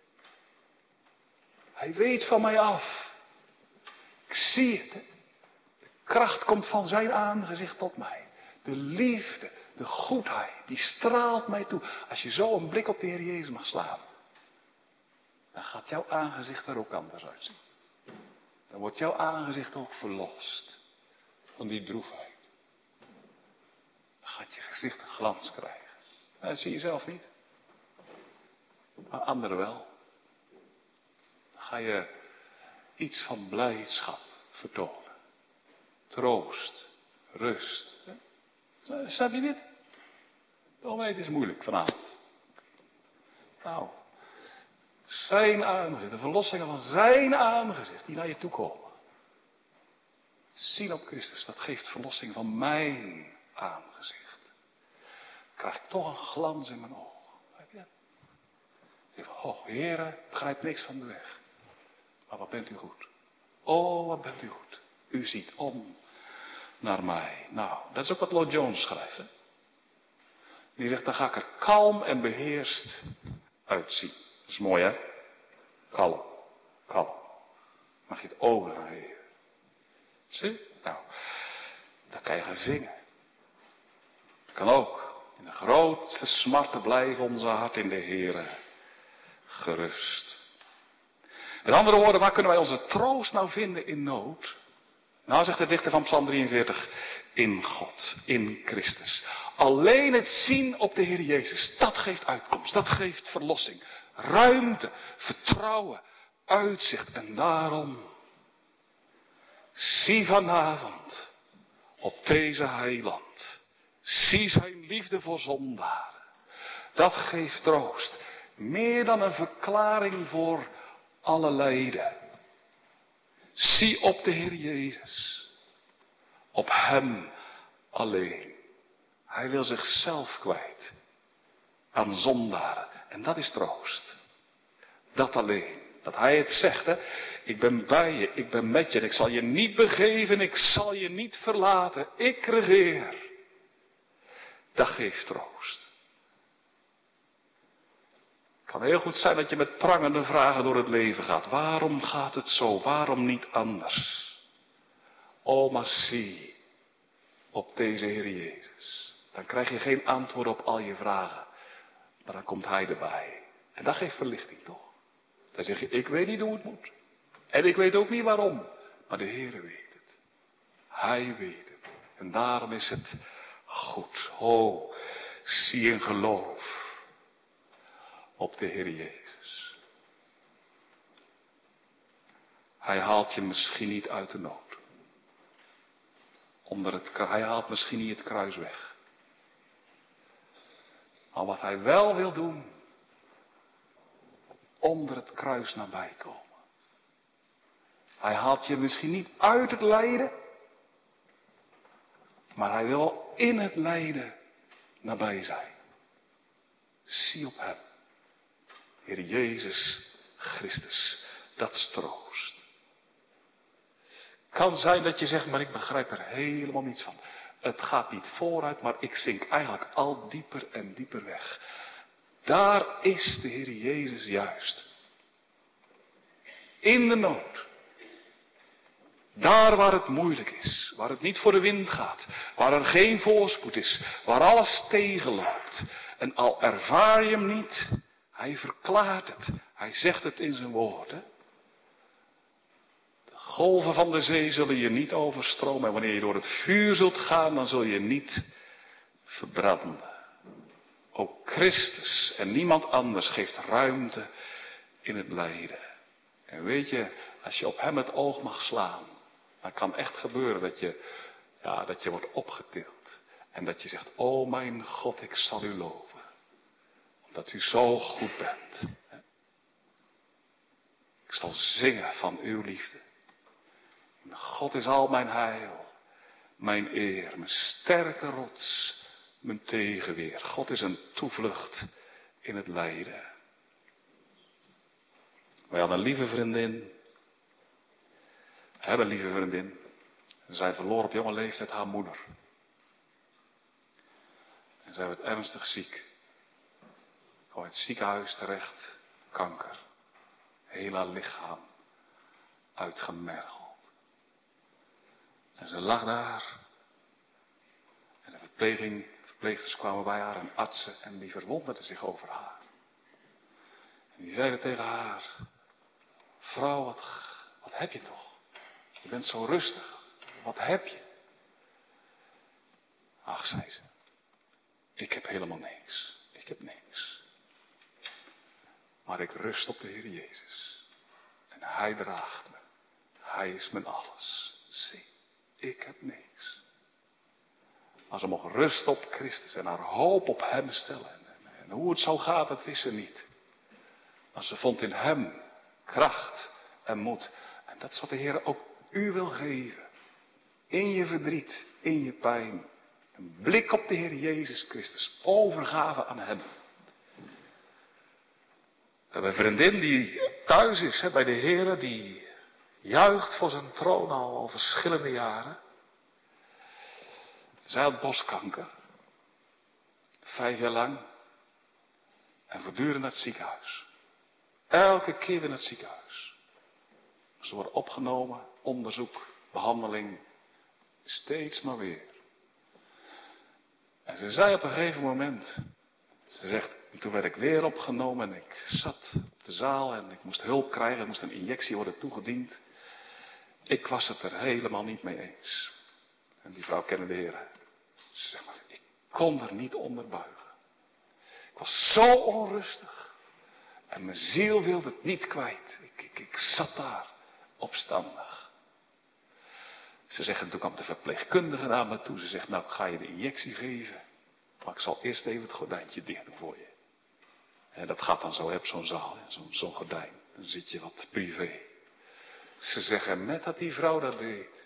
Hij weet van mij af. Ik zie het. Hè? De kracht komt van zijn aangezicht tot mij. De liefde, de goedheid, die straalt mij toe. Als je zo een blik op de Heer Jezus mag slaan. Dan gaat jouw aangezicht er ook anders uitzien. Dan wordt jouw aangezicht ook verlost. Van die droefheid. Dan gaat je gezicht een glans krijgen. En dat zie je zelf niet. Maar anderen wel. Dan ga je iets van blijdschap vertonen. Troost. Rust. Snap je dit? Oh nee, het is moeilijk vanavond. Nou. Zijn aangezicht. De verlossingen van zijn aangezicht. Die naar je toe komen. Het zien op Christus. Dat geeft verlossing van mijn aangezicht. Dan krijg ik toch een glans in mijn ogen. Begrijp je dat? Ik zeg, oh Heere, ik begrijp niks van de weg. Maar wat bent u goed. Oh, wat bent u goed. U ziet om naar mij. Nou, dat is ook wat Lloyd Jones schrijft. Hè? Die zegt, dan ga ik er kalm en beheerst uitzien. Dat is mooi, hè? Kalm. Kalm. Mag je het over gaan geven. Zie? Nou, dan kan je gaan zingen. Dat kan ook. In de grootste smarten blijven onze hart in de Heere gerust. Met andere woorden, waar kunnen wij onze troost nou vinden in nood? Nou, zegt de dichter van Psalm drieënveertig, in God, in Christus. Alleen het zien op de Heer Jezus, dat geeft uitkomst, dat geeft verlossing. Ruimte, vertrouwen, uitzicht. En daarom, zie vanavond op deze heiland. Zie zijn liefde voor zondaren. Dat geeft troost. Meer dan een verklaring voor alle lijden. Zie op de Heer Jezus. Op hem alleen. Hij wil zichzelf kwijt. Aan zondaren. En dat is troost. Dat alleen. Dat hij het zegt, hè. Ik ben bij je, ik ben met je. En ik zal je niet begeven, ik zal je niet verlaten. Ik regeer. Dat geeft troost. Het kan heel goed zijn dat je met prangende vragen door het leven gaat. Waarom gaat het zo? Waarom niet anders? O, maar zie op deze Heer Jezus. Dan krijg je geen antwoord op al je vragen. Maar dan komt Hij erbij. En dat geeft verlichting, toch? Dan zeg je, ik weet niet hoe het moet. En ik weet ook niet waarom. Maar de Heer weet het. Hij weet het. En daarom is het goed. O, zie in geloof op de Heer Jezus. Hij haalt je misschien niet uit de nood. Onder het, hij haalt misschien niet het kruis weg. Maar wat hij wel wil doen, onder het kruis nabij komen. Hij haalt je misschien niet uit het lijden, maar hij wil in het lijden nabij zijn. Zie op hem. Heer Jezus Christus, dat is troost. Kan zijn dat je zegt, maar ik begrijp er helemaal niets van. Het gaat niet vooruit, maar ik zink eigenlijk al dieper en dieper weg. Daar is de Heer Jezus juist. In de nood. Daar waar het moeilijk is, waar het niet voor de wind gaat, waar er geen voorspoed is, waar alles tegenloopt. En al ervaar je hem niet, hij verklaart het, hij zegt het in zijn woorden. De golven van de zee zullen je niet overstromen en wanneer je door het vuur zult gaan, dan zul je niet verbranden. Ook Christus en niemand anders geeft ruimte in het lijden. En weet je, als je op hem het oog mag slaan, dan kan echt gebeuren dat je, ja, dat je wordt opgetild. En dat je zegt, o mijn God, ik zal u loven. Omdat u zo goed bent. zal zingen van uw liefde. God is al mijn heil, mijn eer, mijn sterke rots, mijn tegenweer. God is een toevlucht in het lijden. Wij hadden een lieve vriendin. We hebben een lieve vriendin. En zij verloor op jonge leeftijd haar moeder. En zij werd ernstig ziek. Kwam in het ziekenhuis terecht. Kanker. Heel haar lichaam uitgemergeld. En ze lag daar. En de verpleging, de verpleegsters kwamen bij haar en artsen. En die verwonderden zich over haar. En die zeiden tegen haar. Vrouw, wat, wat heb je toch? Je bent zo rustig. Wat heb je? Ach, zei ze. Ik heb helemaal niks. Ik heb niks. Maar ik rust op de Heer Jezus. En Hij draagt me. Hij is mijn alles. Zie, ik heb niks. Maar ze mocht rust op Christus en haar hoop op Hem stellen. En, en hoe het zou gaan, dat wist ze niet. Maar ze vond in Hem kracht en moed. En dat is wat de Heer ook u wil geven. In je verdriet, in je pijn. Een blik op de Heer Jezus Christus. Overgave aan Hem. We hebben een vriendin die thuis is hè, bij de Heer. Die juicht voor zijn troon al, al verschillende jaren. Zij had borstkanker. Vijf jaar lang. En voortdurend naar het ziekenhuis. Elke keer weer naar het ziekenhuis. Ze wordt opgenomen, onderzoek, behandeling. Steeds maar weer. En ze zei op een gegeven moment. Ze zegt, toen werd ik weer opgenomen en ik zat op de zaal en ik moest hulp krijgen. Er moest een injectie worden toegediend. Ik was het er helemaal niet mee eens. En die vrouw kende de Heer. Ze zegt, maar ik kon er niet onder buigen. Ik was zo onrustig. En mijn ziel wilde het niet kwijt. Ik, ik, ik zat daar opstandig. Ze zegt, en toen kwam de verpleegkundige naar me toe. Ze zegt, nou ik ga je de injectie geven. Maar ik zal eerst even het gordijntje dicht doen voor je. En dat gaat dan zo op zo'n zaal, zo'n zo'n gordijn. Dan zit je wat privé. Ze zeggen, met dat die vrouw dat deed,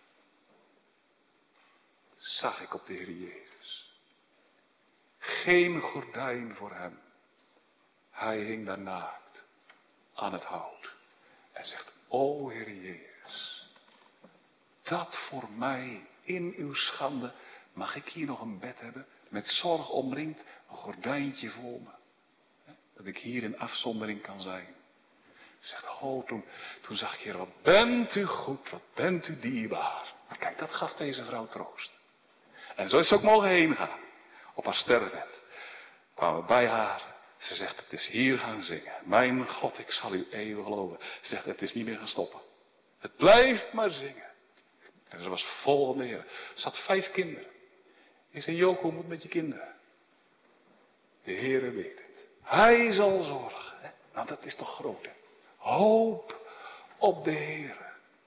zag ik op de Heer Jezus. Geen gordijn voor Hem. Hij hing daar naakt aan het hout. En zegt, o Heer Jezus, dat voor mij in uw schande, mag ik hier nog een bed hebben, met zorg omringd, een gordijntje voor me. Dat ik hier in afzondering kan zijn. Zegt, oh, toen, toen zag ik, Heer, wat bent u goed, wat bent u dierbaar. Maar kijk, dat gaf deze vrouw troost. En zo is ze ook mogen heen gaan. Op haar sterrenbed. Kwamen we bij haar. Ze zegt, het is hier gaan zingen. Mijn God, ik zal u eeuwig geloven. Ze zegt, het is niet meer gaan stoppen. Het blijft maar zingen. En ze was vol van de Heer. Ze had vijf kinderen. Ik zei, Jook, hoe moet het met je kinderen? De Heere weet het. Hij zal zorgen. Hè? Nou, dat is toch groot, hè? Hoop op de Heere.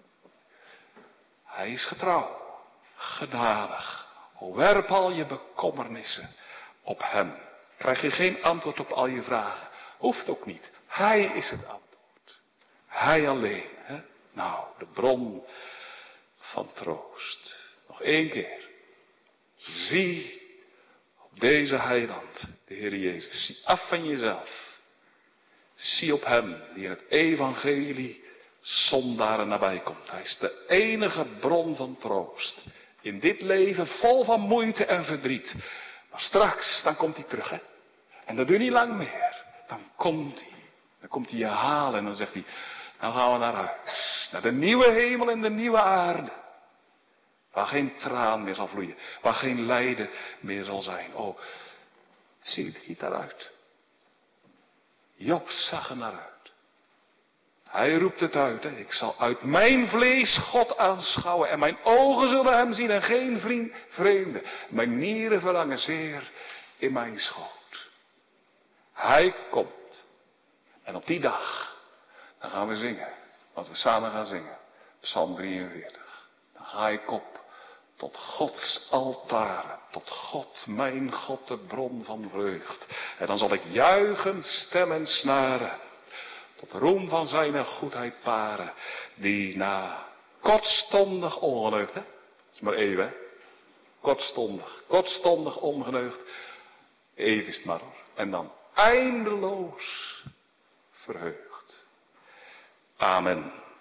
Hij is getrouw. Genadig. O, werp al je bekommernissen op Hem. Krijg je geen antwoord op al je vragen. Hoeft ook niet. Hij is het antwoord. Hij alleen. Hè? Nou, de bron van troost. Nog één keer. Zie op deze heiland, de Heer Jezus. Zie af van jezelf. Zie op Hem die in het evangelie zondaren nabij komt. Hij is de enige bron van troost. In dit leven vol van moeite en verdriet. Maar straks, dan komt hij terug, hè. En dat duurt niet lang meer. Dan komt hij. Dan komt hij je halen en dan zegt hij, nou gaan we naar huis. Naar de nieuwe hemel en de nieuwe aarde. Waar geen traan meer zal vloeien. Waar geen lijden meer zal zijn. Oh, zie het niet daaruit. Job zag er naar uit. Hij roept het uit. Hè? Ik zal uit mijn vlees God aanschouwen. En mijn ogen zullen Hem zien en geen vriend, vreemde. Mijn nieren verlangen zeer in mijn schoot. Hij komt. En op die dag, dan gaan we zingen. Want we samen gaan zingen. Psalm drieënveertig. Dan ga ik op tot Gods altaren. Tot God, mijn God, de bron van vreugd. En dan zal ik juichen, stemmen, snaren. tot roem van zijn goedheid paren, die na kortstondig ongeneugd, hè? Dat is maar even, hè? Kortstondig, kortstondig ongeneugd, even is het maar hoor. En dan eindeloos verheugd. Amen.